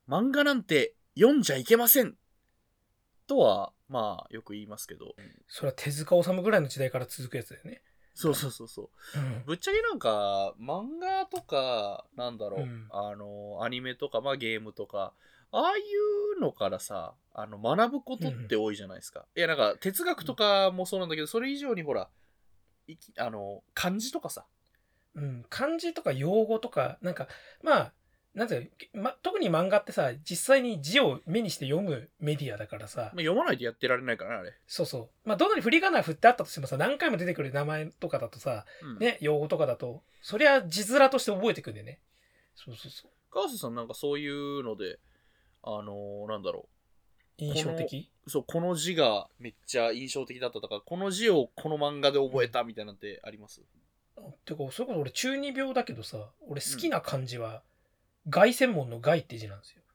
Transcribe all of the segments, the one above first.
漫画なんて読んじゃいけませんとはまあよく言いますけど、 それは手塚治虫ぐらいの時代から続くやつだよね。 そうそうそうそう、ぶっちゃけなんか漫画とかなんだろう、アニメとかまあゲームとかああいうのからさ学ぶことって多いじゃないですか。いやなんか哲学とかもそうなんだけど、それ以上にほら漢字とかさ、 漢字とか用語とかなんかまあなんていう特に漫画ってさ、実際に字を目にして読むメディアだからさ、 読まないとやってられないからね、あれ。 そうそう。どんなに振り仮名振ってあったとしてもさ、何回も出てくる名前とかだとさ、ね、用語とかだと、そりゃ字面として覚えてくんでね。そうそうそう。 川瀬さんなんかそういうので、なんだろう。印象的？ そう、この字がめっちゃ印象的だったとか、この字をこの漫画で覚えたみたいなのってあります？ てか、それこそ俺中二病だけどさ、俺好きな漢字は、外専門の外って字なんですよ。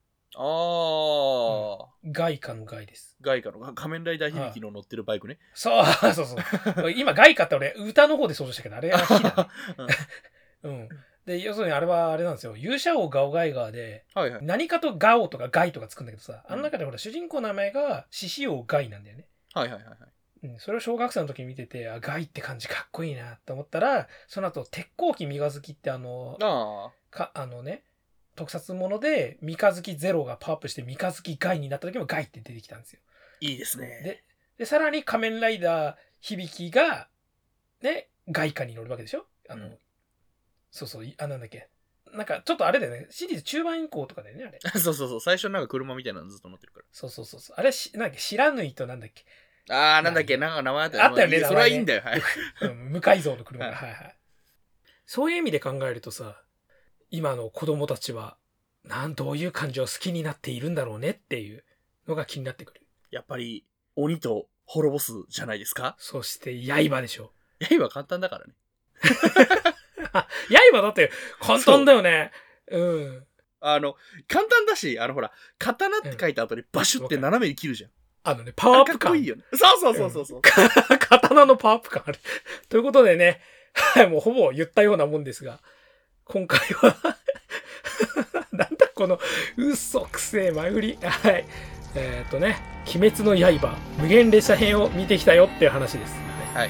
外貨の外です。 外貨の仮面ライダー響きの乗ってるバイクね。 そうそうそう。今外貨って俺歌の方で想像したけど、あれは火だね。で、要するにあれはあれなんですよ。勇者王ガオガイガーで、何かとガオとかガイとかつくんだけどさ、あの中でほら主人公の名前が獅子王ガイなんだよね。それを小学生の時に見てて、ガイって感じかっこいいなって思ったら、その後、鉄鋼機三日月って特撮もので三日月ゼロがパワーアップして三日月ガイになった時もガイって出てきたんですよ。 いいですね。 で、さらに仮面ライダー響が、ね、ガイカに乗るわけでしょ。そうそう、なんだっけ。なんか、ちょっとあれだよね。シリーズ中盤以降とかだよね、あれ。 そうそうそう。最初なんか車みたいなのずっと乗ってるから。 そうそうそう。あれ、なんだっけ、白縫いとなんだっけ。 なんだっけ、なんか名前あったよ。 あったよね、 それはいいんだよ。はい。 無改造の車が。はいはい。そういう意味で考えるとさ、今の子供たちは、どういう感情を好きになっているんだろうねっていうのが気になってくる。 やっぱり、鬼と滅ぼすじゃないですか？ そして、刃でしょ。 刃簡単だからね。 刃だって簡単だよね。 簡単だし、ほら、刀って書いた後にバシュって斜めに切るじゃん。 パワーアップ感。 かっこいいよね。そう。 刀のパワーアップ感ある。ということでね、もうほぼ言ったようなもんですが、今回はなんだこの嘘くせえ前振り。はい。鬼滅の刃、無限列車編を見てきたよっていう話です。 はい。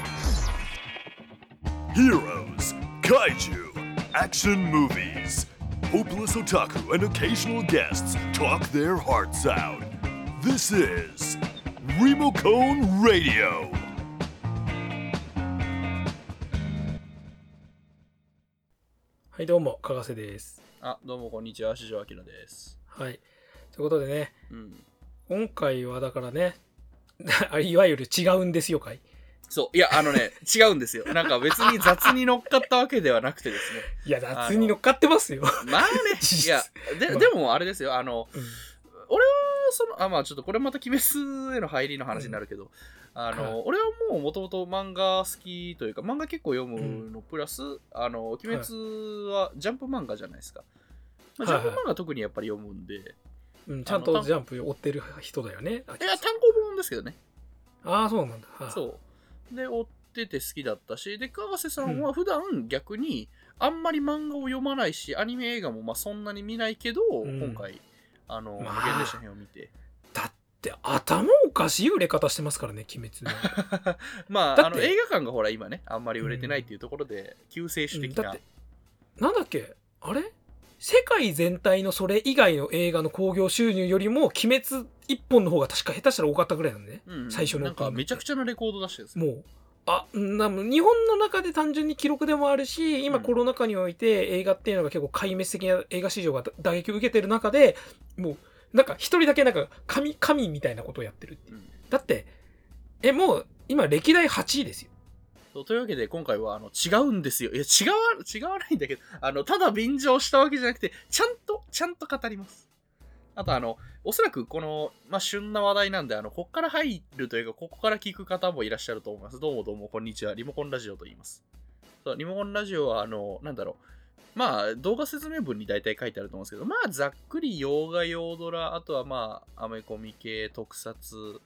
Heroes, Kaiju, Action Movies. Hopeless otaku and occasional guests talk their hearts out. This is Remocone Radio. はい、どうも、かがせです。 どうも、こんにちは。四条明です。 はい。ということでね、今回はだからね、いわゆる違うんですよかい。 そう。いや、違うんですよ。なんか別に雑に乗っかったわけではなくてですね。 いや、雑に乗っかってますよ。 まあね。いや、でもあれですよ。俺はまあちょっとこれまた鬼滅への入りの話になるけど、俺はもともと漫画好きというか、漫画結構読むのプラス、鬼滅はジャンプ漫画じゃないですか。ジャンプ漫画特にやっぱり読むんで。 ちゃんとジャンプ追ってる人だよね。いや、 単行本ですけどね。 そうなんだ。 そう。で、追ってて好きだったし、で、かがせさんは普段逆にあんまり漫画を読まないし、アニメ映画もまあそんなに見ないけど、今回、無限列車編を見て。 だって頭おかしい売れ方してますからね、鬼滅の。 まあ、映画館がほら今ね、あんまり売れてないっていうところで、救世主的な。 だって、なんだっけあれ世界全体のそれ以外の映画の興行収入よりも、鬼滅一本の方が確か下手したら多かったぐらいなんでね。最初の。 なんかめちゃくちゃなレコード出してるんですよ。もう、日本の中で単純に記録でもあるし、今コロナ禍において映画っていうのが結構壊滅的な映画市場が打撃を受けてる中で、もう、なんか一人だけなんか神みたいなことをやってるっていう。だって、もう今歴代8位ですよ。 というわけで今回は違うんですよ。いや違わないんだけど、ただ便乗したわけじゃなくて、ちゃんと語ります。あとおそらくこの、旬な話題なんで、こっから入るというか、ここから聞く方もいらっしゃると思います。どうも、こんにちは。リモコンラジオと言います。そう、リモコンラジオは、なんだろう。動画説明文に大体書いてあると思うんですけど、ざっくり洋画、洋ドラ、あとはアメコミ系、特撮、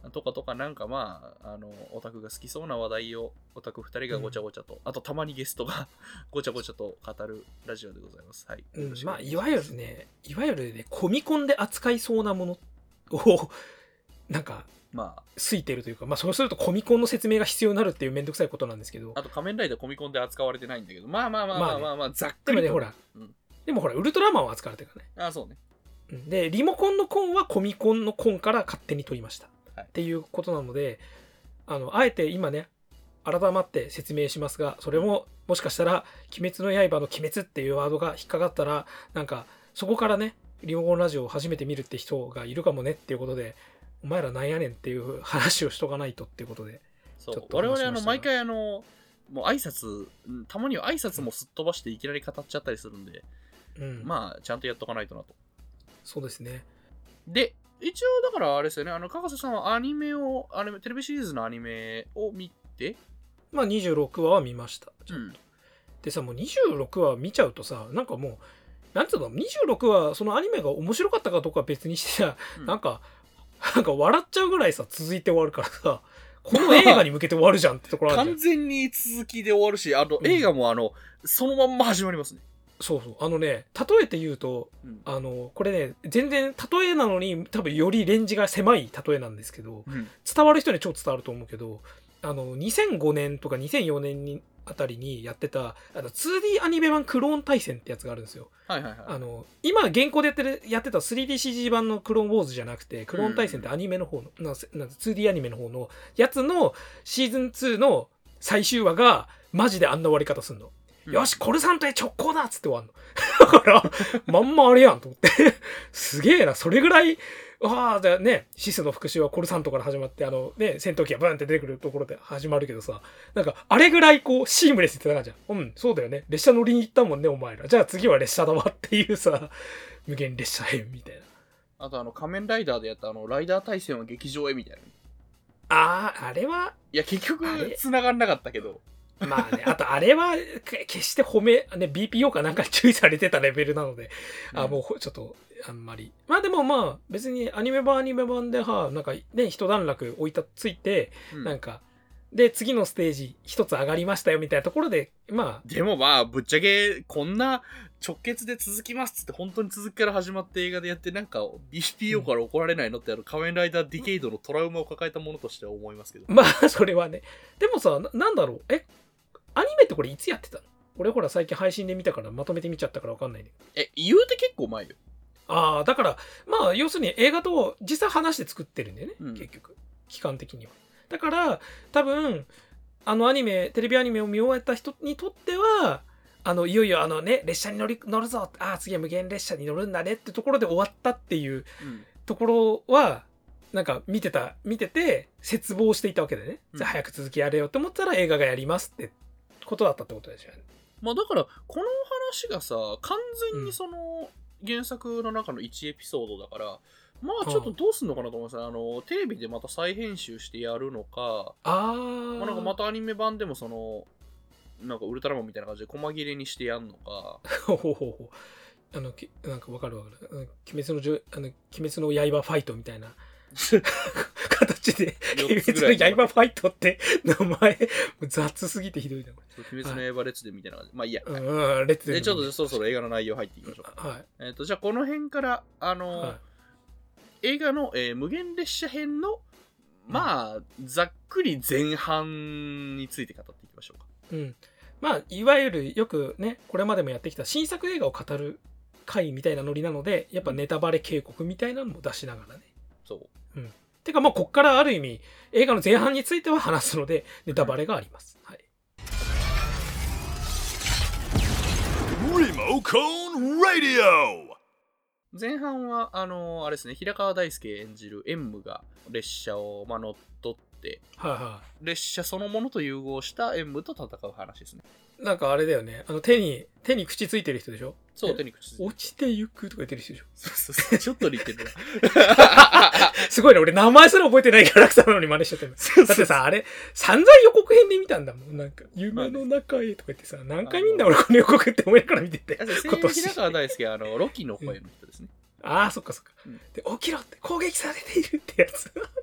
とかなんかまあ、オタクが好きそうな話題をオタク2人がごちゃごちゃと、あとたまにゲストがごちゃごちゃと語るラジオでございます。はい。 まあ、いわゆるね、コミコンで扱いそうなものを、なんか、まあ、ついてるというか、まあ、そうするとコミコンの説明が必要になるっていうめんどくさいことなんですけど。 あと仮面ライダーコミコンで扱われてないんだけど、まあ、ざっくりと。 でもね、ほら、ウルトラマンは扱われてるからね。 そうね。 で、リモコンのコンはコミコンのコンから勝手に取りました。っていうことなので、あえて今ね、改まって説明しますが、それももしかしたら、鬼滅の刃の鬼滅っていうワードが引っかかったら、なんか、そこからね、リモコンラジオを初めて見るって人がいるかもねっていうことで、お前らなんやねんっていう話をしとかないとっていうことで。 そう。我々毎回もう挨拶、たまには挨拶もすっ飛ばしていきなり語っちゃったりするんで、まあ、ちゃんとやっとかないとなと。 そうですね。 で、一応だからあれですよね、かかせさんはテレビシリーズのアニメを見て、 まあ26話は見ました。でさ、もう26話見ちゃうとさ、なんかもう、なんつうの、26話、そのアニメが面白かったかどうかは別にしてさ、なんか笑っちゃうぐらいさ、続いて終わるからさ、この映画に向けて終わるじゃんってところあるじゃん。 完全に続きで終わるし、映画もそのまんま始まりますね。 そう例えて言うと、これね、全然例えなのに多分よりレンジが狭い例えなんですけど、伝わる人には超伝わると思うけど、2005年とか2004年にあたりにやってた2D アニメ版クローン対戦ってやつがあるんですよ。今現行でやってた 3DCG 版のクローンウォーズじゃなくて、クローン対戦ってアニメの方の、2D アニメの方のやつのシーズン2の最終話がマジであんな終わり方すんの。よし、コルサントへ直行だっつって終わんの。だから、まんまあれやんと思って。すげえな、それぐらい、じゃあね、シスの復讐はコルサントから始まって、戦闘機がブーンって出てくるところで始まるけどさ、なんか、あれぐらいこう、シームレスってな感じじゃん。そうだよね。列車乗りに行ったもんね、お前ら。じゃあ次は列車だわっていうさ、無限列車編みたいな。 あと仮面ライダーでやったライダー対戦は劇場へみたいな。 あれは、 いや、結局、繋がんなかったけど。 まあね、あとあれは決してBPO かなんか注意されてたレベルなので、もうちょっとあんまり。まあでもまあ別にアニメ版でなんかね、一段落ついて、なんか、で、次のステージ一つ上がりましたよみたいなところで、まあ。 でもまあ、ぶっちゃけこんな直結で続きますって本当に続きから始まって映画でやってなんか BPO から怒られないのって仮面ライダーディケイドのトラウマを抱えたものとしては思いますけど。 まあそれはね。でもさ、なんだろう。アニメってこれいつやってたの？俺ほら最近配信で見たからまとめて見ちゃったからわかんないね。 言うて結構前よ。 だからまあ要するに映画と実際話して作ってるんだよね、結局期間的には。だから多分テレビアニメを見終えた人にとってはいよいよ列車に乗るぞ、次は無限列車に乗るんだねってところで終わったっていうところはなんか見てて絶望していたわけでね、じゃあ早く続きやれよと思ったら映画がやりますってことだったってことですよね。 まあだからこの話がさ、完全にその原作の中の1エピソードだから、まあちょっとどうすんのかなと思います。テレビでまた再編集してやるのか、なんかまたアニメ版でもなんかウルトラマンみたいな感じで細切れにしてやんのか。 なんかわかる。鬼滅の刃ファイトみたいな形で、鬼滅の刃ファイトって名前雑すぎてひどいな。 鬼滅の刃列伝みたいな感じ。まあいいや。 列伝。 で、ちょっとそろそろ映画の内容入っていきましょうか。じゃあこの辺から映画の無限列車編のまあざっくり前半について語っていきましょうか。 まあいわゆるよくね、これまでもやってきた新作映画を語る回みたいなノリなので、やっぱネタバレ警告みたいなのも出しながらね。 そう。 てかまあこっからある意味映画の前半については話すのでネタバレがあります。はい。 リモコンラディオ。 前半はあれですね、平川大輔演じるMが列車を乗っ取って、列車そのものと融合した M と戦う話ですね。 なんかあれだよね、手に口ついてる人でしょ。 そう、手に口ついてる。 落ちてゆくとか言ってる人でしょ。 そうちょっと似てるな。 すごいね、俺名前すら覚えてないキャラクターなのに真似しちゃってる。だってさ、あれ散々予告編で見たんだもん。なんか夢の中へとか言ってさ、何回見んだ俺この予告って思いながら見てて。 平川大輔はロキの声の人ですね。 そっか。で、起きろって攻撃されているってやつ。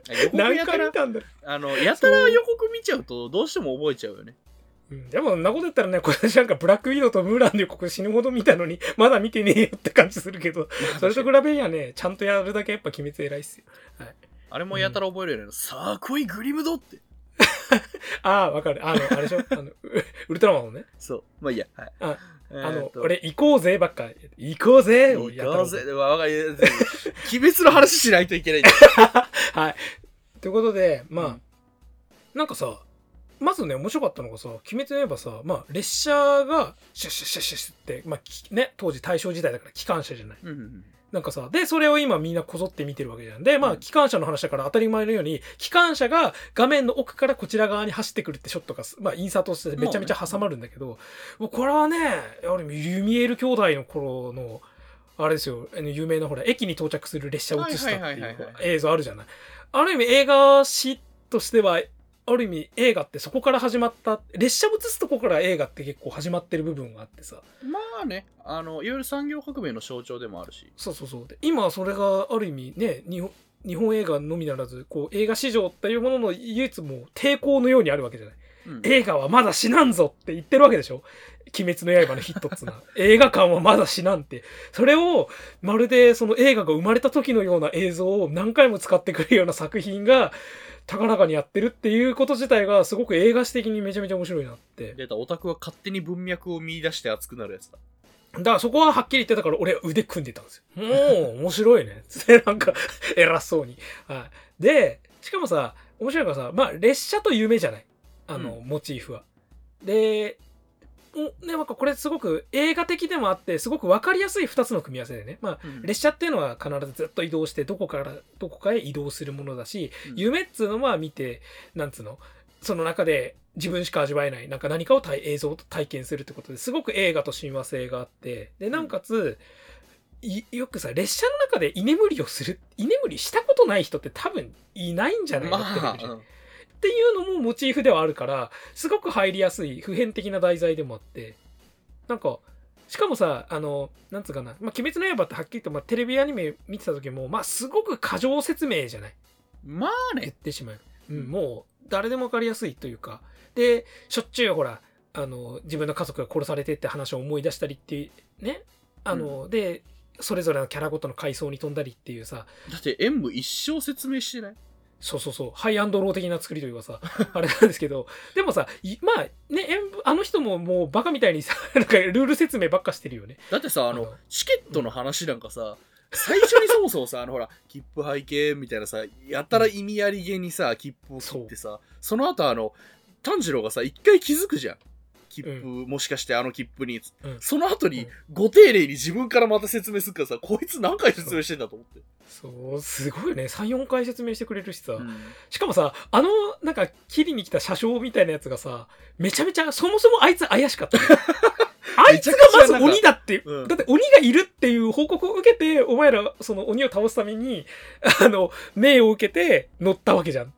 何回見たんだやたら予告見ちゃうとどうしても覚えちゃうよね。 でも、そんなこと言ったらね、これなんかブラックウィドウとムーランの予告死ぬほど見たのに、まだ見てねえよって感じするけど、それと比べりゃね、ちゃんとやるだけやっぱ鬼滅偉いっすよ。はい。 あれもやたら覚えるよね。さあ来いグリムドって。 ああ、わかる。あれでしょウルトラマンのね。 そう。まあいいや。はい。 俺、行こうぜばっか、行こうぜをやったら。行こうぜ。わかる。鬼滅の話しないといけないんだ。 はい。ということで、まあ、なんかさ、まずね、面白かったのがさ、鬼滅の刃さ、まあ、列車が、シュッシュッシュッシュッシュッって、まあ、ね、当時大正時代だから機関車じゃない。なんかさ、で、それを今みんなこぞって見てるわけじゃん。で、まあ、機関車の話だから当たり前のように、機関車が画面の奥からこちら側に走ってくるってショットが、まあ、インサートしてめちゃめちゃ挟まるんだけど、もうこれはね、やはりユミエール兄弟の頃の、あれですよ、有名なほら、駅に到着する列車を映したっていう映像あるじゃない。ある意味映画史としては、ある意味映画ってそこから始まった、列車を映すとこから映画って結構始まってる部分があってさ。 まあね、いわゆる産業革命の象徴でもあるし。 そうそうそう。で今それがある意味ね、日本映画のみならず、こう映画史上っていうものの唯一もう抵抗のようにあるわけじゃない。映画はまだ死なんぞって言ってるわけでしょ。鬼滅の刃のヒットっつうのは。映画館はまだ死なんて。それを、まるでその映画が生まれた時のような映像を何回も使ってくるような作品が、高らかにやってるっていうこと自体がすごく映画史的にめちゃめちゃ面白いなって。 出た、オタクは勝手に文脈を見出して熱くなるやつだ。 だからそこははっきり言ってたから俺腕組んでたんですよ。もう面白いね。なんか偉そうに。はい。で、しかもさ、面白いのがさ、まあ列車と夢じゃない。モチーフは。で、なんかこれすごく映画的でもあって、すごく分かりやすい2つの組み合わせでね。まあ、列車っていうのは必ずずっと移動して、どこからどこかへ移動するものだし、夢っつうのは見て、なんつうの、その中で自分しか味わえない、なんか何かを映像と体験するってことですごく映画と親和性があって、で、なおかつ、よくさ、列車の中で居眠りをする、居眠りしたことない人って多分いないんじゃないかってレベルじゃない。っていうのもモチーフではあるから、すごく入りやすい普遍的な題材でもあって、なんか、しかもさ、なんつうかな、まあ、鬼滅の刃ってはっきりと、まあ、テレビアニメ見てた時も、まあ、すごく過剰説明じゃない。 まあね。 言ってしまう。もう、誰でもわかりやすいというか、で、しょっちゅうほら、自分の家族が殺されてって話を思い出したりっていうね、で、それぞれのキャラごとの階層に飛んだりっていうさ。 だって演武一生説明してない？ そうそうそう。ハイアンドロー的な作りというかさ、あれなんですけど、でもさ、まあね、あの人ももうバカみたいにさ、なんかルール説明ばっかしてるよね。 だってさ、チケットの話なんかさ、最初にそもそもさ、ほら、切符拝見みたいなさ、やたら意味ありげにさ、切符を切ってさ、その後炭治郎がさ、一回気づくじゃん。切符、もしかして切符に、その後に、ご丁寧に自分からまた説明するからさ、こいつ何回説明してんだと思って。 そう、すごいね。3、4回説明してくれるしさ。しかもさ、なんか、切りに来た車掌みたいなやつがさ、めちゃめちゃ、そもそもあいつ怪しかった、ね。あいつがまず鬼だって、だって鬼がいるっていう報告を受けて、お前ら、その鬼を倒すために、命を受けて乗ったわけじゃん。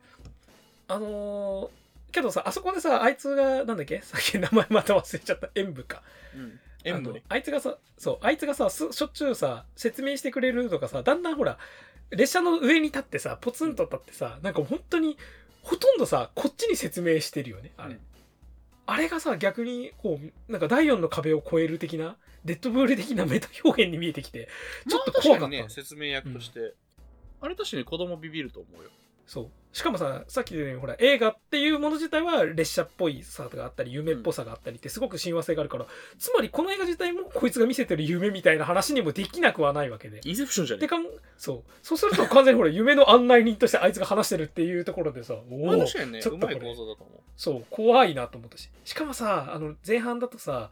けどさ、あそこでさ、あいつが、なんだっけさっき名前また忘れちゃった。演武か。演武ね。あいつがさ、しょっちゅうさ、説明してくれるとかさ、だんだんほら、列車の上に立ってさ、ポツンと立ってさ、なんか本当に、ほとんどさ、こっちに説明してるよね、あれ。あれがさ、逆に、こう、なんか第4の壁を越える的な、デッドブール的なメタ表現に見えてきて、ちょっと怖かった。 ね、説明役として。あれ確かに子供ビビると思うよ。 そう。しかもさ、さっき言ったように、ほら、映画っていうもの自体は列車っぽいさがあったり、夢っぽさがあったりってすごく親和性があるから、つまりこの映画自体もこいつが見せてる夢みたいな話にもできなくはないわけで。 インセプションじゃねえ。 そう。そうすると完全にほら、夢の案内人としてあいつが話してるっていうところでさ、 確かにね、ちょっとうまい構造だと思う。 そう、怖いなと思ったし。しかもさ、前半だとさ、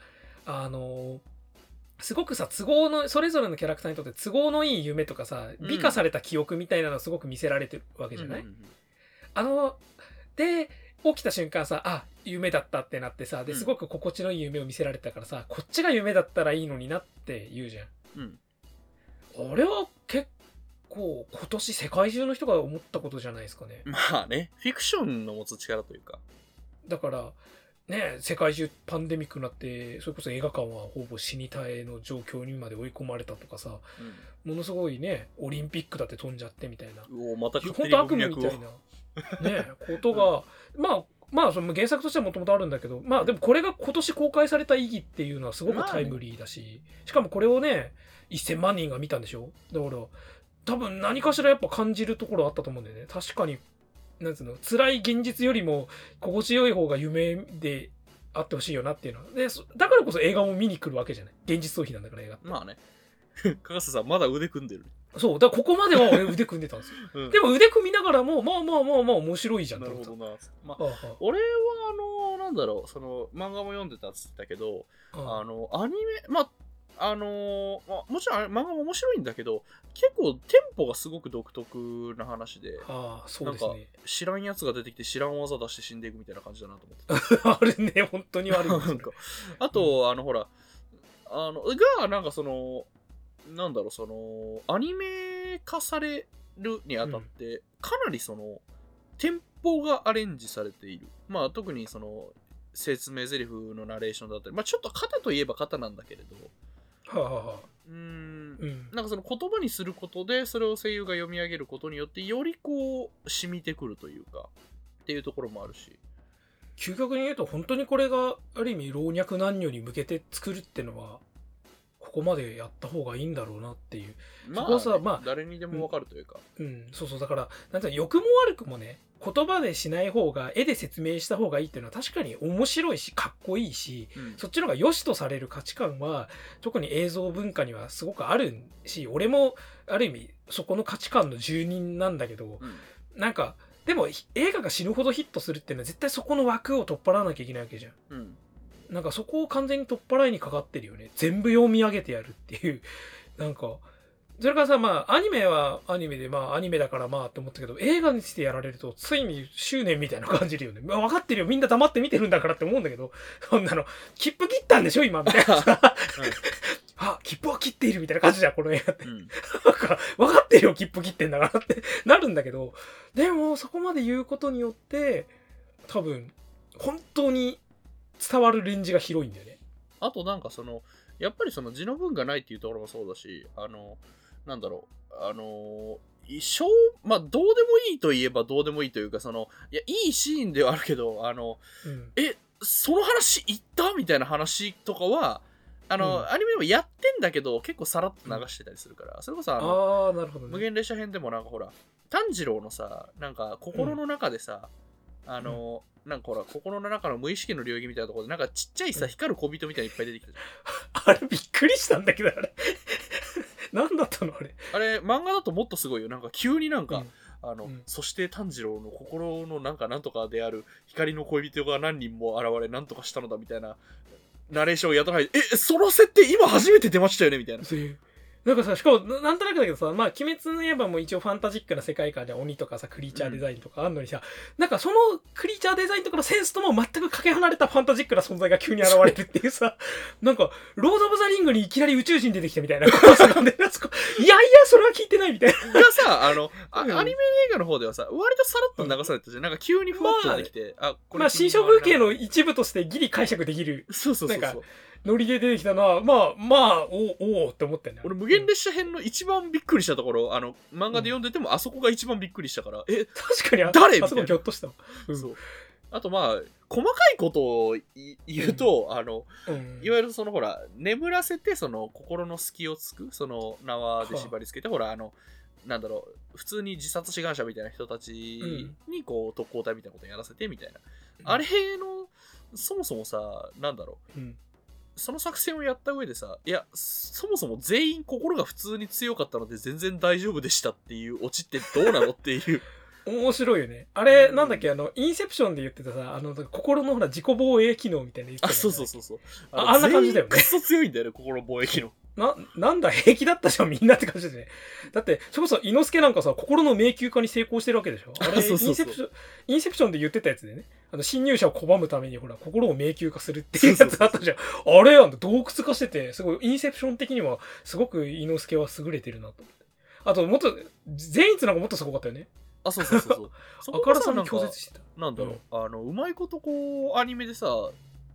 すごくさ、それぞれのキャラクターにとって都合のいい夢とかさ、美化された記憶みたいなのをすごく見せられてるわけじゃない？で、起きた瞬間さ、あ、夢だったってなってさ、ですごく心地のいい夢を見せられたからさ、こっちが夢だったらいいのになって言うじゃん。あれは結構今年世界中の人が思ったことじゃないですかね。 まあね、フィクションの持つ力というか。 だから、 ね、世界中パンデミックになってそれこそ映画館はほぼ死に絶えの状況にまで追い込まれたとかさ、ものすごいねオリンピックだって飛んじゃってみたいな、 また本当悪夢みたいなねことがまあその原作としてはもともとあるんだけど、まあでもこれが今年公開された意義っていうのはすごくタイムリーだし、しかもこれをね1000万人が見たんでしょ。だから多分何かしらやっぱ感じるところあったと思うんだよね。確かになんつうの、辛い現実よりも心地よい方が夢であってほしいよなっていうので、だからこそ映画も見に来るわけじゃない。現実逃避なんだから映画って。 まあね。かかせさんまだ腕組んでる。 そうだからここまでは俺腕組んでたんですよ、でも腕組みながらもまあ面白いじゃん。 なるほどな。まあ、俺はなんだろう、その漫画も読んでたっつったけど、アニメもちろん漫画も面白いんだけど、結構テンポがすごく独特な話で、 そうですね、 なんか知らんやつが出てきて知らん技出して死んでいくみたいな感じだなと思ってた。あれね、本当に悪いですなんかあと、ほらなんかそのなんだろう、そのアニメ化されるにあたって、かなりそのテンポがアレンジされている。まあ特にその説明台詞のナレーションだったり、まあちょっと型といえば型なんだけれど、なんかその言葉にすることでそれを声優が読み上げることによってよりこう染みてくるというかっていうところもあるし、 究極に言うと本当にこれがある意味老若男女に向けて作るってのはここまでやった方がいいんだろうなっていう。 まあ、 そこはさ、 誰にでもわかるというか、 そうだからなんていうの、良くも悪くもね、言葉でしない方が絵で説明した方がいいっていうのは確かに面白いしかっこいいし、そっちの方が良しとされる価値観は特に映像文化にはすごくあるし、俺もある意味そこの価値観の住人なんだけど、なんかでも映画が死ぬほどヒットするっていうのは絶対そこの枠を取っ払わなきゃいけないわけじゃん。なんかそこを完全に取っ払いにかかってるよね。全部読み上げてやるっていう。なんかそれからさ、まあアニメはアニメで、まあアニメだからまあって思ったけど、映画にしてやられるとついに執念みたいな感じるよね。分かってるよ、みんな黙って見てるんだからって思うんだけど、そんなの切符切ったんでしょ今みたいなさ、切符を切っているみたいな感じじゃんこの映画って。なんか分かってるよ、切符切ってんだからってなるんだけど、でもそこまで言うことによって多分本当に伝わるレンジが広いんだよね。 あとなんかそのやっぱりその字の文がないっていうところもそうだし、なんだろう、まあどうでもいいといえばどうでもいいというか、そのいいシーンではあるけど、その話言ったみたいな話とかはアニメでもやってんだけど結構さらっと流してたりするから、それこそなるほどね、 無限列車編でもなんかほら炭治郎のさ、なんか心の中でさ、なんかほら心の中の無意識の領域みたいなところでなんかちっちゃいさ、光る小人みたいにいっぱい出てきたじゃん。あれびっくりしたんだけど、あれ何だったのあれ漫画だともっとすごいよ。なんか急になんか、そして炭治郎の心のなんかなんとかである光の恋人が何人も現れなんとかしたのだみたいなナレーションをやたら入って、その設定今初めて出ましたよねみたいな。 なんかさ、しかもなんとなくだけどさ、まあ鬼滅の刃も一応ファンタジックな世界観で鬼とかさ、クリーチャーデザインとかあんのにさ、なんかそのクリーチャーデザインとかのセンスとも全くかけ離れたファンタジックな存在が急に現れるっていうさ、なんかロード・オブ・ザ・リングにいきなり宇宙人出てきたみたいな。いやそれは聞いてないみたいな。 がさ、アニメ映画の方ではさ、割とさらっと流されてたじゃん。なんか急にふわっと出てきて、 まあ新書風景の一部としてギリ解釈できる。 そう。 ノリで出てきたのは、おおって思ってんだよ。 俺、無限列車編の一番びっくりしたところ、漫画で読んでても、あそこが一番びっくりしたから、 確かに誰あそこギョッとした。 そう。あと、まあ、細かいことを言うと、いわゆるその、ほら、眠らせて、その、心の隙をつく、その、縄で縛り付けて、ほら、なんだろう、普通に自殺志願者みたいな人たちに、こう、特攻隊みたいなことやらせて、みたいな。あれの、そもそもさ、なんだろう。その作戦をやった上でさ、いや、そもそも全員心が普通に強かったので全然大丈夫でしたっていうオチってどうなのっていう。 面白いよね。あれ、なんだっけ、インセプションで言ってたさ、心のほら自己防衛機能みたいな言ってた。 そう。 あんな感じだよね。 くっそ強いんだよね、心防衛機能。 なんだ、平気だったじゃん、みんなって感じでね。だって、それこそ、伊之助なんかさ、心の迷宮化に成功してるわけでしょ。あれ、インセプションで言ってたやつでね。侵入者を拒むために、ほら、心を迷宮化するっていうやつあったじゃん。あれやん、洞窟化してて、すごい、インセプション的には、すごく伊之助は優れてるなと思って。あと、もっと、善逸なんかもっとすごかったよね。 そう。 あからさまに拒絶してた。 なんだろう、うまいことこう、アニメでさ、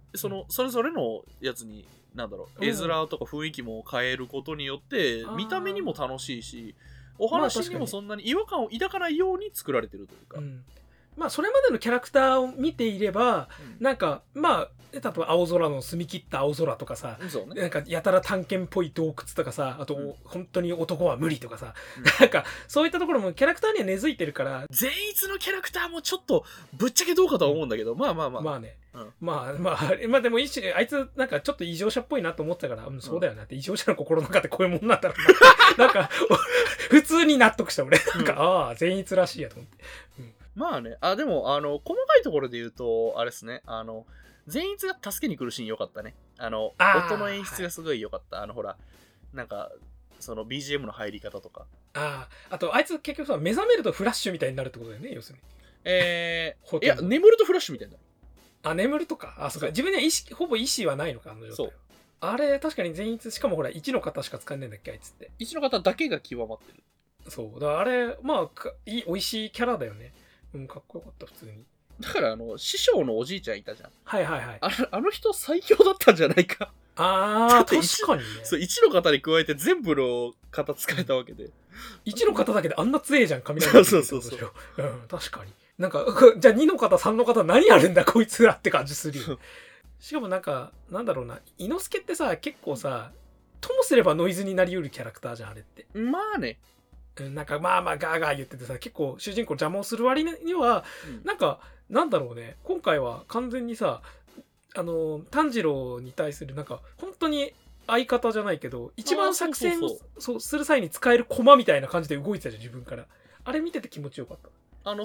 それぞれのやつになんだろう、絵面とか雰囲気も変えることによって見た目にも楽しいし、お話にもそんなに違和感を抱かないように作られてるというか、 まあそれまでのキャラクターを見ていれば、なんかまあ例えば青空の澄み切った青空とかさ、なんかやたら探検っぽい洞窟とかさ、あと本当に男は無理とかさ、なんかそういったところもキャラクターには根付いてるから、 善逸のキャラクターもちょっとぶっちゃけどうかとは思うんだけど、まあね、まあでも一種あいつなんかちょっと異常者っぽいなと思ってたから、そうだよなって、異常者の心の中ってこういうもんなんだろうななんか普通に納得した俺、なんか善逸らしいやと思って。 まあね、でも細かいところで言うとあれですね、善逸が助けに来るシーン良かったね。音の演出がすごい良かった。ほらなんかその BGM の入り方とか。 あとあいつ結局さ、目覚めるとフラッシュみたいになるってことだよね、要するに。 いや眠るとフラッシュみたいになる。 眠るとか。そうか。自分にはほぼ意思はないのか、そう。あれ確かに善逸、しかもほら1の方しか使えないんだっけ、あいつって。 1の方だけが極まってる。 そうだからあれまあ美味しいキャラだよね。かっこよかった普通に。 だから師匠のおじいちゃんいたじゃん。 はいはいはい。 あの人最強だったんじゃないか。 確かにね。 そう、1の方に加えて全部の方使えたわけで。 1の方だけであんな強えじゃん、雷。 そう。 確かに。なんか、じゃあ2の方、3の方何やるんだこいつらって感じするよ。しかもなんか、なんだろうな、伊之助ってさ、結構さ、ともすればノイズになりうるキャラクターじゃん、あれって。 まあね。 なんかまあガーガー言っててさ、結構主人公邪魔をする割には、なんかなんだろうね、今回は完全にさ、炭治郎に対するなんか本当に相方じゃないけど、一番作戦をする際に使える駒みたいな感じで動いてたじゃん、自分から。あれ見てて気持ちよかった。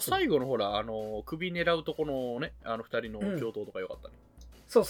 最後のほら首狙うとこのね、2人の共闘とかよかったね。 そう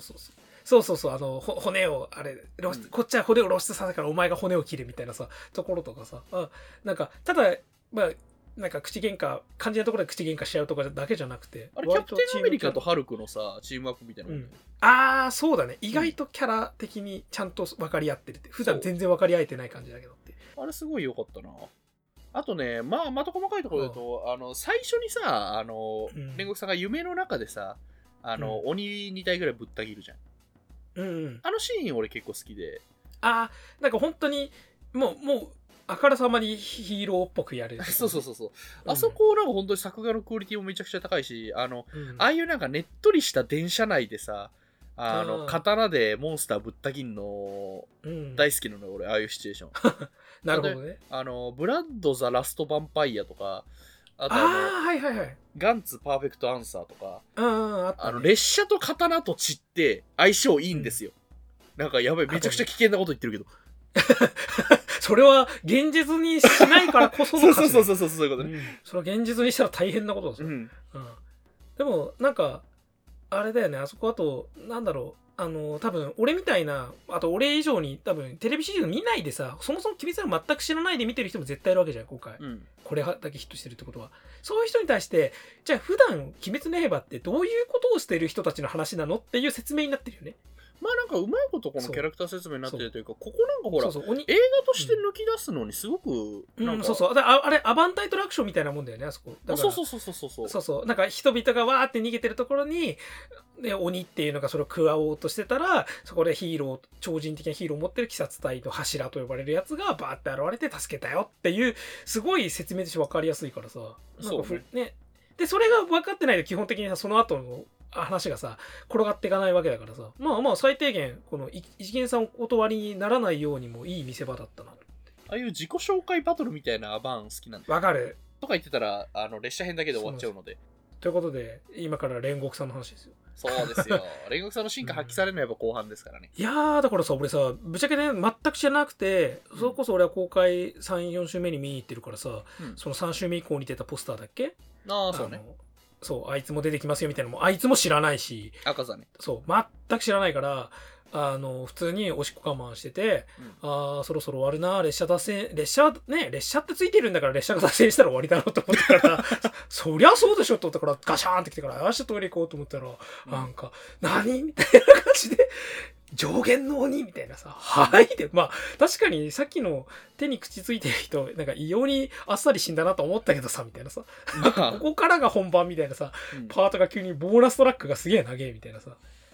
骨をこっちは骨を露出させからお前が骨を切るみたいなさところとかさ、なんかただまあなんか口喧嘩肝心なところで口喧嘩しちゃうとかだけじゃなくて、 あれキャプテンアメリカとハルクのさチームアップみたいな、 そうだね、意外とキャラ的にちゃんと分かり合ってるって、普段全然分かり合えてない感じだけどって、 あれすごい良かったな。あとね、また細かいところだと、最初にさ煉獄さんが夢の中でさ鬼2体ぐらいぶった切るじゃん。あのシーン俺結構好きで。 なんか本当にもうあからさまにヒーローっぽくやる。 そう。あそこなんか本当に作画のクオリティもめちゃくちゃ高いし、ああいうなんかねっとりした電車内でさ、刀でモンスターぶった切んの大好きなのよ、俺、ああいうシチュエーション。 なるほどね。 ブラッド・ザ・ラスト・ヴァンパイアとか、あとガンツ・パーフェクト・アンサーとか、列車と刀と血って相性いいんですよ。なんかやばい、めちゃくちゃ危険なこと言ってるけど。 それは現実にしないからこそのそういうことね。 それは現実にしたら大変なことですよ。でもなんかあれだよね、あそこあとなんだろう、多分俺みたいな、あと俺以上に多分テレビシリーズ見ないでさ、そもそも鬼滅は全く知らないで見てる人も絶対いるわけじゃん今回、これだけヒットしてるってことは。そういう人に対して、じゃあ普段鬼滅の刃ってどういうことをしている人たちの話なのっていう説明になってるよね。 なんかうまいことこのキャラクター説明になってるというか、ここなんかほら映画として抜き出すのにすごくなんか、 あれアバンタイトルアクションみたいなもんだよね、あそこ。そうなんか人々がわーって逃げてるところに鬼っていうのがそれを食わおうとしてたら、そこで超人的なヒーローを持ってる鬼殺隊の柱と呼ばれるやつがバーって現れて助けたよっていう、すごい説明として分かりやすいからさ、でそれが分かってないと基本的にその後の話がさ転がっていかないわけだからさ、最低限この一元さんお断りにならないようにもいい見せ場だったなと。 ああいう自己紹介バトルみたいなアバン好きなんだ。 わかるとか言ってたら列車編だけで終わっちゃうので。 ということで今から煉獄さんの話ですよ。 そうですよ。煉獄さんの進化発揮されるのはやっぱ後半ですからね。 いやーだからさ、俺さぶっちゃけね全く知らなくて、それこそ俺は公開 3,4 週目に見に行ってるからさ、その3週目以降に出たポスターだっけ。 そうね。 あいつも出てきますよみたいなのもあいつも知らないし、 赤座ね。 全く知らないから、普通におしっこ我慢してて、そろそろ終わるな、列車ってついてるんだから列車が脱線したら終わりだろうと思ったからそりゃそうでしょと思ったからガシャーンって来てから、よしトイレ行こうと思ったら、なんか何みたいな感じで上限の鬼みたいなさ、はいで、確かにさっきの手に口ついてる人なんか異様にあっさり死んだなと思ったけどさみたいなさ、ここからが本番みたいなさ、パートが急にボーナストラックがすげえ長えみたいなさ、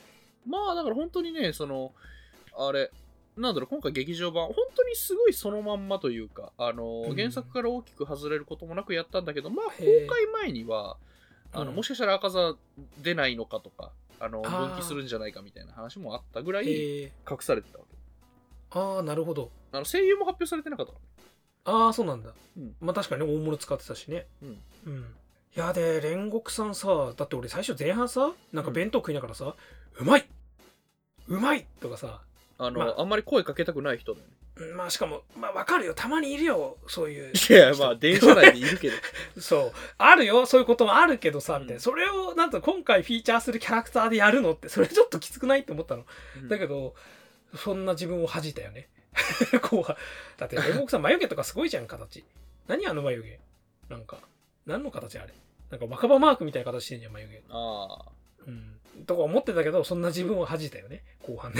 まあだから本当にね、あれ、なんだろう、今回劇場版、本当にすごいそのまんまというか、原作から大きく外れることもなくやったんだけど、まあ公開前には、もしかしたら赤座出ないのかとか、分岐するんじゃないかみたいな話もあったぐらい隠されてたわけ。 ああ、なるほど。 声優も発表されてなかったの。 ああ、そうなんだ。まあ確かに大物使ってたしね。いやで、煉獄さんさ、だって俺最初前半さ、なんか弁当食いながらさ、うまいうまいとかさ、 あんまり声かけたくない人だよね。まあしかも、まあわかるよ。たまにいるよ。そういう。 いや、まあ電車内でいるけど。 そう。あるよ。そういうこともあるけどさ、みたいな。それを、なんと今回フィーチャーするキャラクターでやるのって、それちょっときつくないって思ったの。だけど、そんな自分を恥じたよね。こうだって煉獄さん眉毛とかすごいじゃん、形。何あの眉毛。なんか、何の形あれ。なんか若葉マークみたいな形してんじゃん、眉毛。 ああ。 とか思ってたけど、そんな自分を恥じたよね、後半で。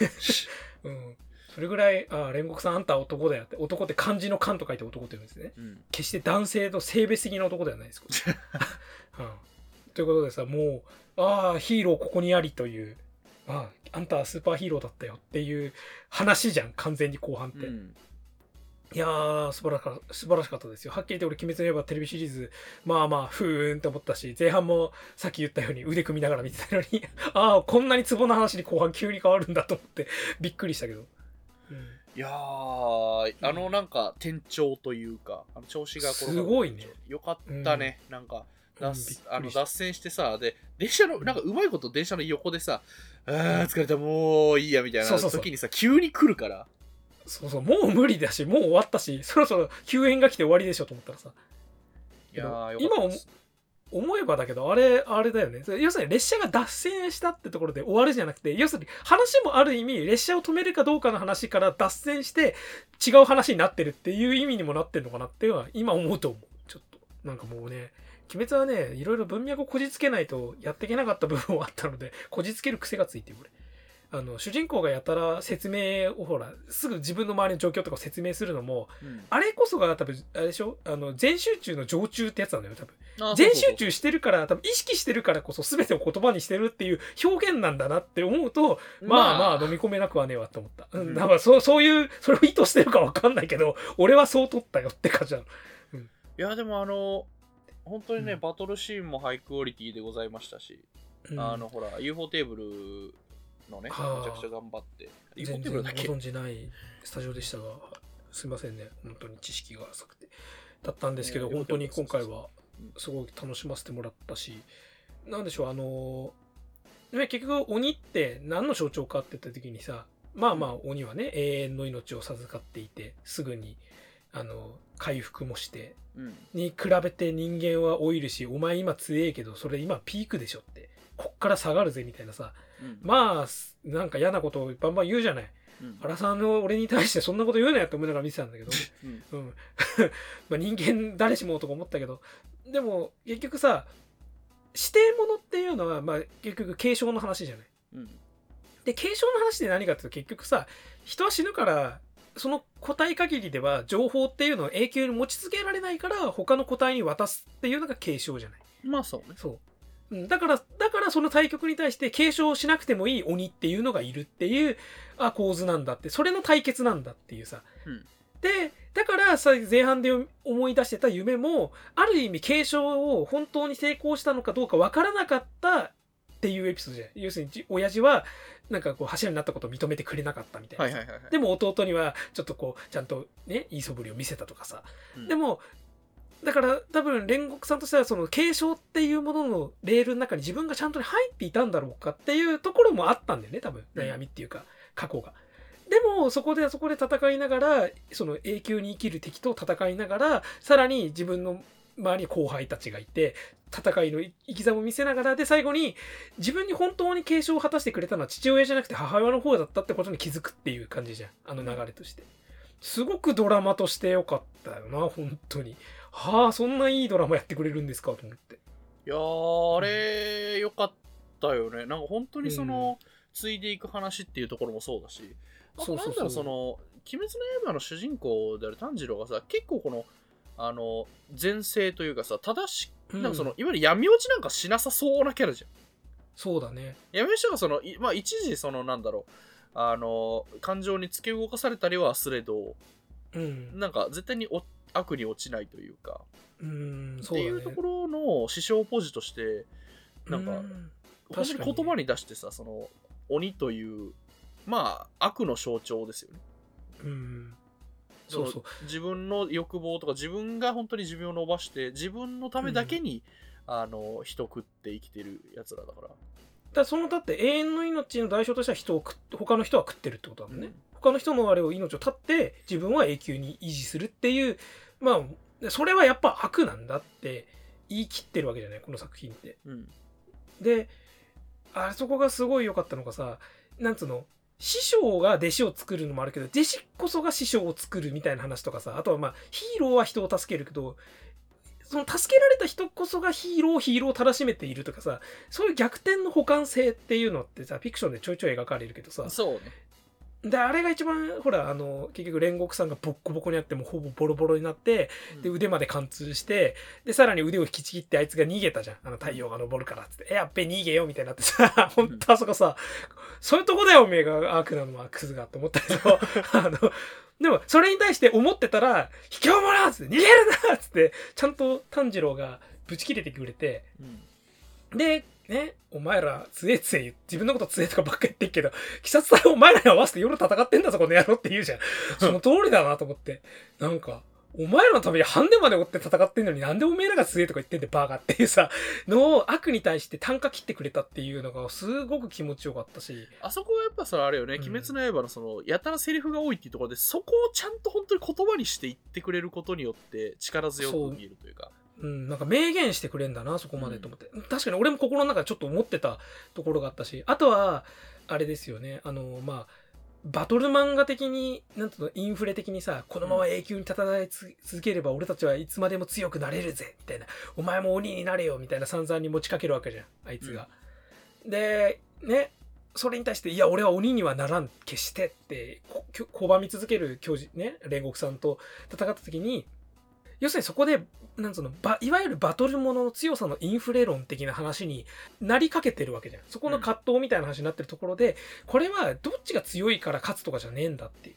それぐらい、煉獄さんあんたは男だよって。男って漢字の漢と書いて男って言うんですね。決して男性と性別的な男ではないです。ということでさ、もう、ヒーローここにありという、あんたはスーパーヒーローだったよっていう話じゃん、完全に後半って。いやー、素晴らしかったですよ。はっきり言って俺、鬼滅の刃テレビシリーズ、まあまあ、ふーんって思ったし、前半もさっき言ったように腕組みながら見てたのに、こんなにツボな話に後半急に変わるんだと思ってびっくりしたけど。 いやー、なんか、転調というか、調子がすごいね。 よかったね。なんか、脱線してさ、で、電車の、なんかうまいこと電車の横でさ、疲れた、もういいや、みたいな時にさ、急に来るから。 そうそう、もう無理だし、もう終わったし、そろそろ救援が来て終わりでしょと思ったらさ。 いやー、 今思えばだけど、あれだよね。要するに列車が脱線したってところで終わるじゃなくて、要するに話もある意味、列車を止めるかどうかの話から脱線して違う話になってるっていう意味にもなってるのかなっていうのは今思うと思う。ちょっと。なんかもうね、鬼滅はね、いろいろ文脈をこじつけないとやっていけなかった部分はあったので、こじつける癖がついてる、これ。主人公がやたら説明をほらすぐ自分の周りの状況とかを説明するのも、あれこそが多分あれでしょ、全集中の常中ってやつなんだよ多分。全集中してるから多分意識してるからこそ全てを言葉にしてるっていう表現なんだなって思うと、まあ飲み込めなくはねえわと思った。だからそういうそれを意図してるかわかんないけど、俺はそう取ったよって感じなの。 いやでも本当にね、バトルシーンもハイクオリティでございましたし、ほら UFO テーブルのね、めちゃくちゃ頑張って。 全然ご存じないスタジオでしたが、すいませんね、本当に知識が浅くて。だったんですけど、本当に今回はすごい楽しませてもらったし、なんでしょう、結局鬼って何の象徴かって言った時にさ、まあまあ鬼はね、永遠の命を授かっていて、すぐに回復もして、に比べて人間は老いるし、お前今強えけど、それ今ピークでしょって、こっから下がるぜみたいなさ、まあなんか嫌なことをバンバン言うじゃない。原さんの俺に対してそんなこと言うなよって思いながら見てたんだけど、まあ人間誰しもとか思ったけど、でも結局さ、指定物っていうのはまあ結局継承の話じゃない。で継承の話で何かっていうと、結局さ、人は死ぬからその個体限りでは情報っていうのを永久に持ち続けられないから、他の個体に渡すっていうのが継承じゃない。 まあそうね。 そうだからその対局に対して継承しなくてもいい鬼っていうのがいるっていう構図なんだって、それの対決なんだっていうさ、でだからさ、前半で思い出してた夢もある意味継承を本当に成功したのかどうかわからなかったっていうエピソードじゃない。要するに親父はなんかこう柱になったことを認めてくれなかったみたいな、でも弟にはちょっとこうちゃんとねいい素振りを見せたとかさ、でもだから多分煉獄さんとしてはその継承っていうもののレールの中に自分がちゃんと入っていたんだろうかっていうところもあったんだよね、多分悩みっていうか過去が。でもそこで戦いながら、その永久に生きる敵と戦いながら、さらに自分の周りに後輩たちがいて戦いの生き様を見せながら、で最後に自分に本当に継承を果たしてくれたのは父親じゃなくて母親の方だったってことに気づくっていう感じじゃん、流れとして。すごくドラマとしてよかったよな、本当に。そんないいドラマやってくれるんですかと思って。いやー、あれよかったよね。なんか本当に継いでいく話っていうところもそうだし、なんだろう、鬼滅の刃の主人公である炭治郎がさ、結構この前世というかさ、正しくなんかいわゆる闇落ちなんかしなさそうなキャラじゃん。 そうだね。 闇の人がその、まあ一時そのなんだろう、感情に突き動かされたりはすれど、 うん、 なんか絶対に悪に落ちないというか、 そうだね、 っていうところの師匠ポジとして、なんか、本当に言葉に出してさ、その、鬼という、まあ、悪の象徴ですよね。そうそう。自分の欲望とか、自分が本当に寿命を伸ばして、自分のためだけに、人食って生きてる奴らだから。 だって永遠の命の代償としては他の人は食ってるってことだもんね。他の人のあれを命を絶って自分は永久に維持するっていう、まあそれはやっぱ悪なんだって言い切ってるわけじゃない、この作品って。で、あそこがすごい良かったのがさ、なんつうの、師匠が弟子を作るのもあるけど、弟子こそが師匠を作るみたいな話とかさ、あとはまあヒーローは人を助けるけど、その助けられた人こそがヒーローをたらしめているとかさ、そういう逆転の補完性っていうのってさ、フィクションでちょいちょい描かれるけどさ、 そうね。 で、あれが一番、ほら、結局煉獄さんがボッコボコにあってもほぼボロボロになって、で、腕まで貫通して、で、さらに腕を引きちぎってあいつが逃げたじゃん。太陽が昇るからっつって、やっべ、逃げよみたいになってさ、ほんとあそこさ、そういうとこだよ、おめえが悪なのはクズがって思ったけど、でも、それに対して思ってたら、卑怯者っつって、逃げるなっつって、ちゃんと炭治郎がぶち切れてくれて、で、ね、お前ら強え強え、自分のこと強えとかばっか言ってっけど、鬼殺隊お前らに合わせて夜戦ってんだぞこの野郎って言うじゃん。その通りだなと思って。なんか、お前らのためにハンデまで追って戦ってんのになんでお前らが強えとか言ってんでバーガーっていうさ、のを悪に対して単価切ってくれたっていうのがすごく気持ちよかったし。 あそこはやっぱさ、あれよね、鬼滅の刃のその、やたらセリフが多いっていうところで、そこをちゃんと本当に言葉にして言ってくれることによって力強く見えるというか。 なんか明言してくれんだな、そこまでと思って。確かに俺も心の中でちょっと思ってたところがあったし、あとは、あれですよね、まあ、バトル漫画的に、なんていうの、インフレ的にさ、このまま永久に戦い続ければ俺たちはいつまでも強くなれるぜ、みたいな。お前も鬼になれよ、みたいな散々に持ちかけるわけじゃん、あいつが。で、ね、それに対して、いや、俺は鬼にはならん、決してって、拒み続ける煉獄さんと戦った時に、要するにそこで、なんつうの、いわゆるバトルものの強さのインフレ論的な話になりかけてるわけじゃん。そこの葛藤みたいな話になってるところで、これはどっちが強いから勝つとかじゃねえんだっていう。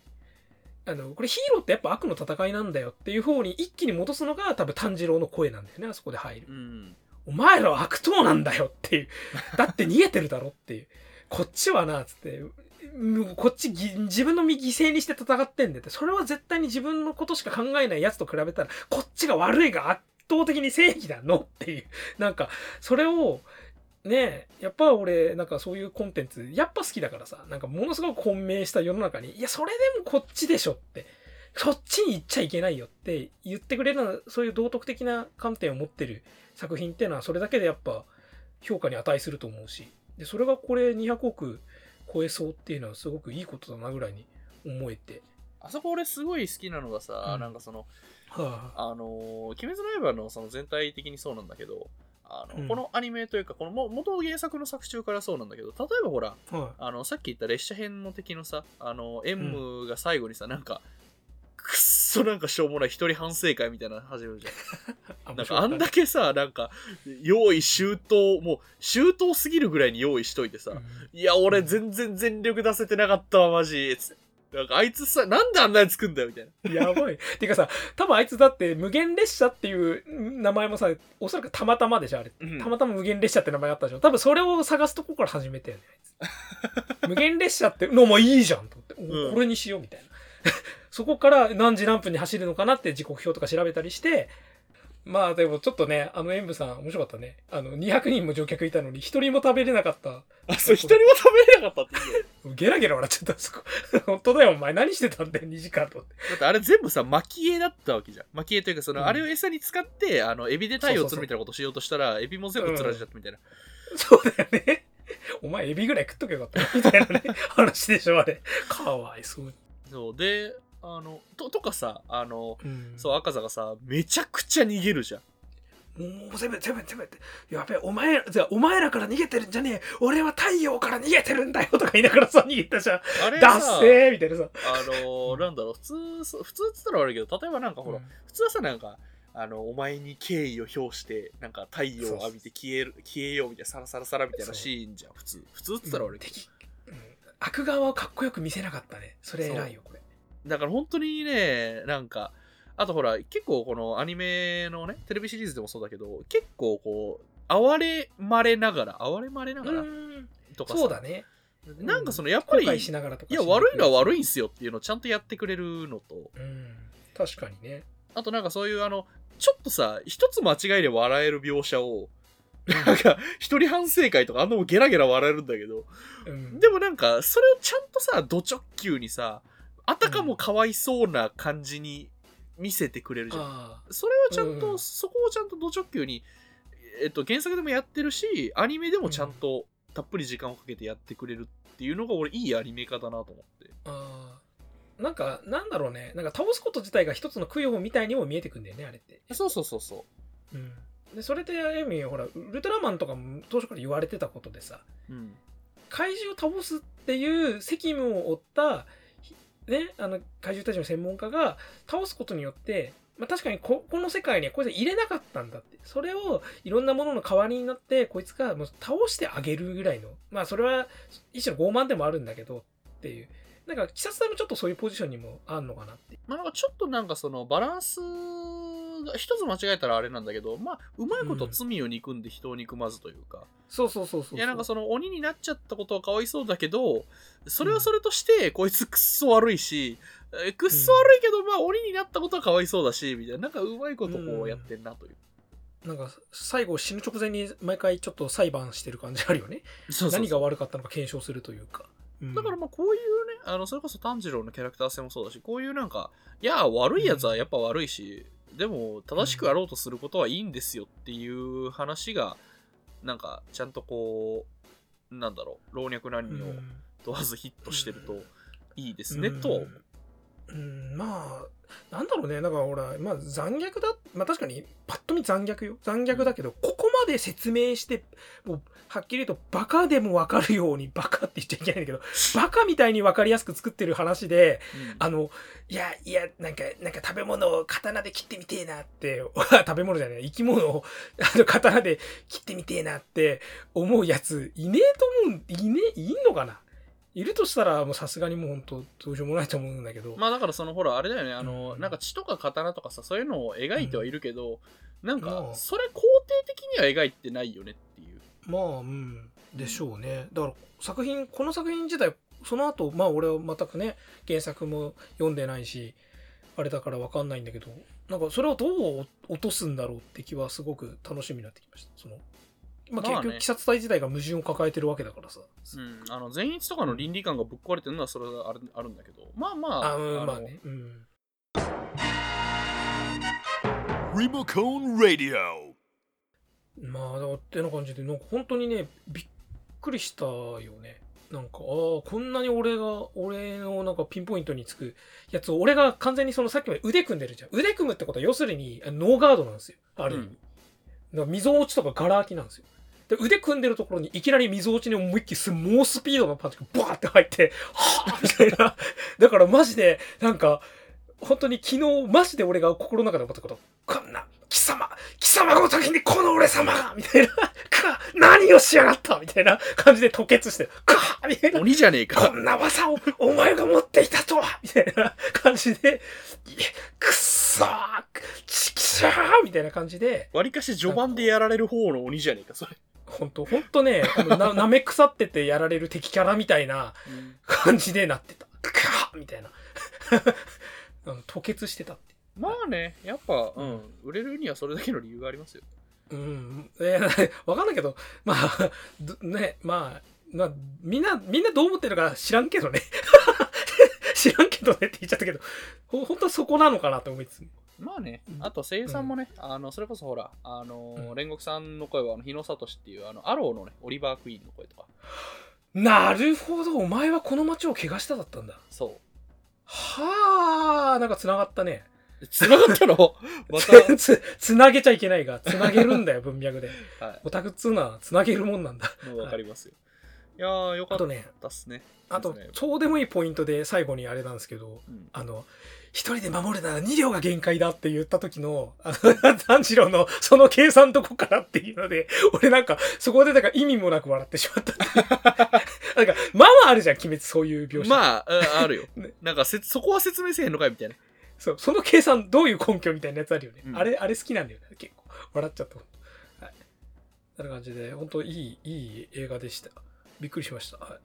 これヒーローってやっぱ悪の戦いなんだよっていう方に一気に戻すのが多分炭治郎の声なんだよね、あそこで入る。お前らは悪党なんだよっていう。だって逃げてるだろっていう。こっちはな、つって。こっち自分の身犠牲にして戦ってんだって。それは絶対に自分のことしか考えないやつと比べたら、こっちが悪いが圧倒的に正義だのっていう。なんか、それを、ねえ、やっぱ俺、なんかそういうコンテンツ、やっぱ好きだからさ、なんかものすごく混迷した世の中に、いや、それでもこっちでしょって。そっちに行っちゃいけないよって言ってくれるのは、そういう道徳的な観点を持ってる作品っていうのは、それだけでやっぱ評価に値すると思うし。で、それがこれ200億超えそうっていうのはすごくいいことだなぐらいに思えて。 あそこ俺すごい好きなのがさ、なんかその、鬼滅の刃のその全体的にそうなんだけど、このアニメというか、この元原作の作中からそうなんだけど、例えばほら、さっき言った列車編の敵のさ、エムが最後にさ、なんか、くっそなんかしょうもない一人反省会みたいなの始めるじゃん。なんかあんだけさ、なんか、用意周到、もう周到すぎるぐらいに用意しといてさ、いや、俺全然全力出せてなかったわ、マジ。なんかあいつさ、なんであんなにつくんだよ、みたいな。やばい。てかさ、多分あいつだって無限列車っていう名前もさ、おそらくたまたまでしょ、あれ。たまたま無限列車って名前あったでしょ。多分それを探すとこから始めてんね、あいつ。無限列車ってのもいいじゃんと思って、これにしようみたいな。そこから何時何分に走るのかなって時刻表とか調べたりして、まあでもちょっとね、演武さん面白かったね。200人も乗客いたのに1人も食べれなかった。 あ、そう、1人も食べれなかったっていいよ。ゲラゲラ笑っちゃった、そこ。本当だよ、お前何してたんだよ、2時間と。だってあれ全部さ、蒔絵だったわけじゃん。蒔絵というか、あれを餌に使って、エビで太陽を釣るみたいなことしようとしたら、エビも全部釣られちゃったみたいな。 そうだよね。お前エビぐらい食っとけよかった。みたいなね、話でしょ、あれ。かわいそうに。 そうで、とかさ、そう、赤座がさ、めちゃくちゃ逃げるじゃん。 もう全部ってやべえ、お前らから逃げてるんじゃねえ、俺は太陽から逃げてるんだよとか言いながらさ逃げたじゃん。あれさ、ダッセーみたいなさ、 なんだろう、普通っつったら悪いけど、例えばなんかほら、普通はさ、なんかお前に敬意を表してなんか太陽を浴びて消えようみたいなサラサラサラみたいなシーンじゃん。普通って言ったら俺、 悪側をかっこよく見せなかったね。それ偉いよこれ。 だから本当にね、なんかあとほら結構このアニメのねテレビシリーズでもそうだけど、結構こう哀れまれながらとかさ、 そうだね。 なんかそのやっぱり、 後悔しながらとか、 いや悪いのは悪いんすよっていうのをちゃんとやってくれるのと、 確かにね。 あとなんかそういうちょっとさ一つ間違いで笑える描写をなんか一人反省会とかあんなもんゲラゲラ笑えるんだけど、でもなんかそれをちゃんとさド直球にさあたかもかわいそうな感じに見せてくれるじゃん。それをちゃんと、そこをちゃんとド直球に原作でもやってるしアニメでもちゃんとたっぷり時間をかけてやってくれるっていうのが俺いいアニメ化だなと思って。 なんかなんだろうね、なんか倒すこと自体が一つの供養みたいにも見えてくんだよねあれって。 そう。 でそれでエミほらウルトラマンとかも当初から言われてたことでさ、怪獣を倒すっていう責務を負ったね、怪獣たちの専門家が倒すことによって、確かにこの世界にはこいつは入れなかったんだって。それをいろんなものの代わりになってこいつがもう倒してあげるぐらいの、それは一種の傲慢でもあるんだけどっていう、なんか鬼殺隊もちょっとそういうポジションにもあんのかなって。 なんかちょっとなんかそのバランスが一つ間違えたらあれなんだけど、うまいこと罪を憎んで人を憎まずというか、 そういやなんかその鬼になっちゃったことはかわいそうだけど、それはそれとしてこいつくっそ悪いし、くっそ悪いけど鬼になったことはかわいそうだしみたいな、なんかうまいことこうやってんなという、 なんか最後死ぬ直前に毎回ちょっと裁判してる感じあるよね。何が悪かったのか検証するというか、 だからこういうね、それこそ炭治郎のキャラクター性もそうだし、こういうなんかいや悪いやつはやっぱ悪いし、でも正しくやろうとすることはいいんですよっていう話がなんかちゃんとこうなんだろう、老若男女を問わずヒットしてるといいですねとは思う。 なんだろうね、なんかほら、残虐だ、確かにパッと見残虐だけど、ここまで説明してもうはっきりとバカでも分かるように、バカって言っちゃいけないんだけどバカみたいに分かりやすく作ってる話で、いやなんか食べ物を刀で切ってみてえなって食べ物じゃない生き物を刀で切ってみてえなって思うやついねえと思う。いんのかな。いるとしたらもうさすがにもう本当どうしようもないと思うんだけど、 だからそのほらあれだよね、なんか血とか刀とかさそういうのを描いてはいるけど、なんかそれ肯定的には描いてないよねっていう。 でしょうね。だからこの作品自体その後俺は全くね原作も読んでないしあれだから分かんないんだけど、なんかそれをどう落とすんだろうって気はすごく楽しみになってきました。結局鬼殺隊自体が矛盾を抱えてるわけだからさ、 善逸とかの倫理観がぶっ壊れてるのはそれはあるんだけど、 リモコンラディオ。 ってな感じでなんか本当にねびっくりしたよね。なんかこんなに俺のなんかピンポイントにつくやつを俺が完全にさっきまで腕組んでるじゃん。腕組むってことは要するにノーガードなんですよ、ある意味。だから溝落ちとかガラ空きなんですよ。で腕組んでるところにいきなり溝落ちに思いっきり猛スピードのパンチがバーって入ってはぁみたいな。だからマジでなんか本当に昨日マジで俺が心の中で思ったこと、こんな貴様ごときにこの俺様がみたいな何をしやがったみたいな感じで吐血してみたいな、 鬼じゃねえかこんな技をお前が持っていたとはみたいな感じでくっそーチキシャーみたいな感じで、 わりかし序盤でやられる方の鬼じゃねえかそれ。 ほんとねなめ腐っててやられる敵キャラみたいな感じでなってた。みたいな吐血してたって。 やっぱ売れるにはそれだけの理由がありますよ。 わかんないけどみんなどう思ってるのか知らんけどね知らんけどねって言っちゃったけど、本当はそこなのかなと思いつつ、 あと声優さんもね、それこそほら煉獄さんの声は日野聡っていうアローのねオリバークイーンの声とか。 なるほど、お前はこの街を怪我しただったんだ。 そう。 はあ、なんか繋がったね。 繋がったのまた繋げちゃいけないが繋げるんだよ文脈で、オタクっつうのは繋げるもんなんだ。 わかりますよ。いやーよかったっすね。 あと超でもいいポイントで最後にあれなんですけど、 一人で守るなら2両が限界だって言った時の、炭治郎のその計算どこからっていうので、俺なんか、そこでなんか意味もなく笑ってしまった。なんか、まああるじゃん、鬼滅そういう描写。 まあ、あるよ。なんかそこは説明せへんのかいみたいな。 そう、その計算どういう根拠みたいなやつあるよね。 うん、 あれ好きなんだよね、結構。笑っちゃった。はい。そんな感じで、本当いい映画でした。びっくりしました。はい。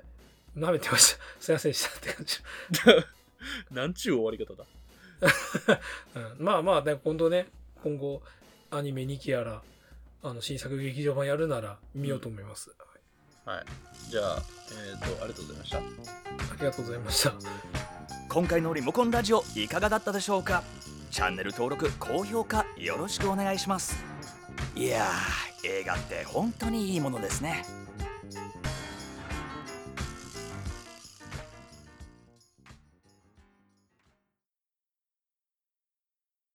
舐めてました。すいませんでしたって感じ。 なんちゅう終わり方だ。 うん、まあね、今後アニメ2期やら新作劇場版やるなら見ようと思います、 はい。じゃあ、ありがとうございました。 ありがとうございました。 今回のリモコンラジオいかがだったでしょうか。チャンネル登録高評価よろしくお願いします。いやー、映画って本当にいいものですね。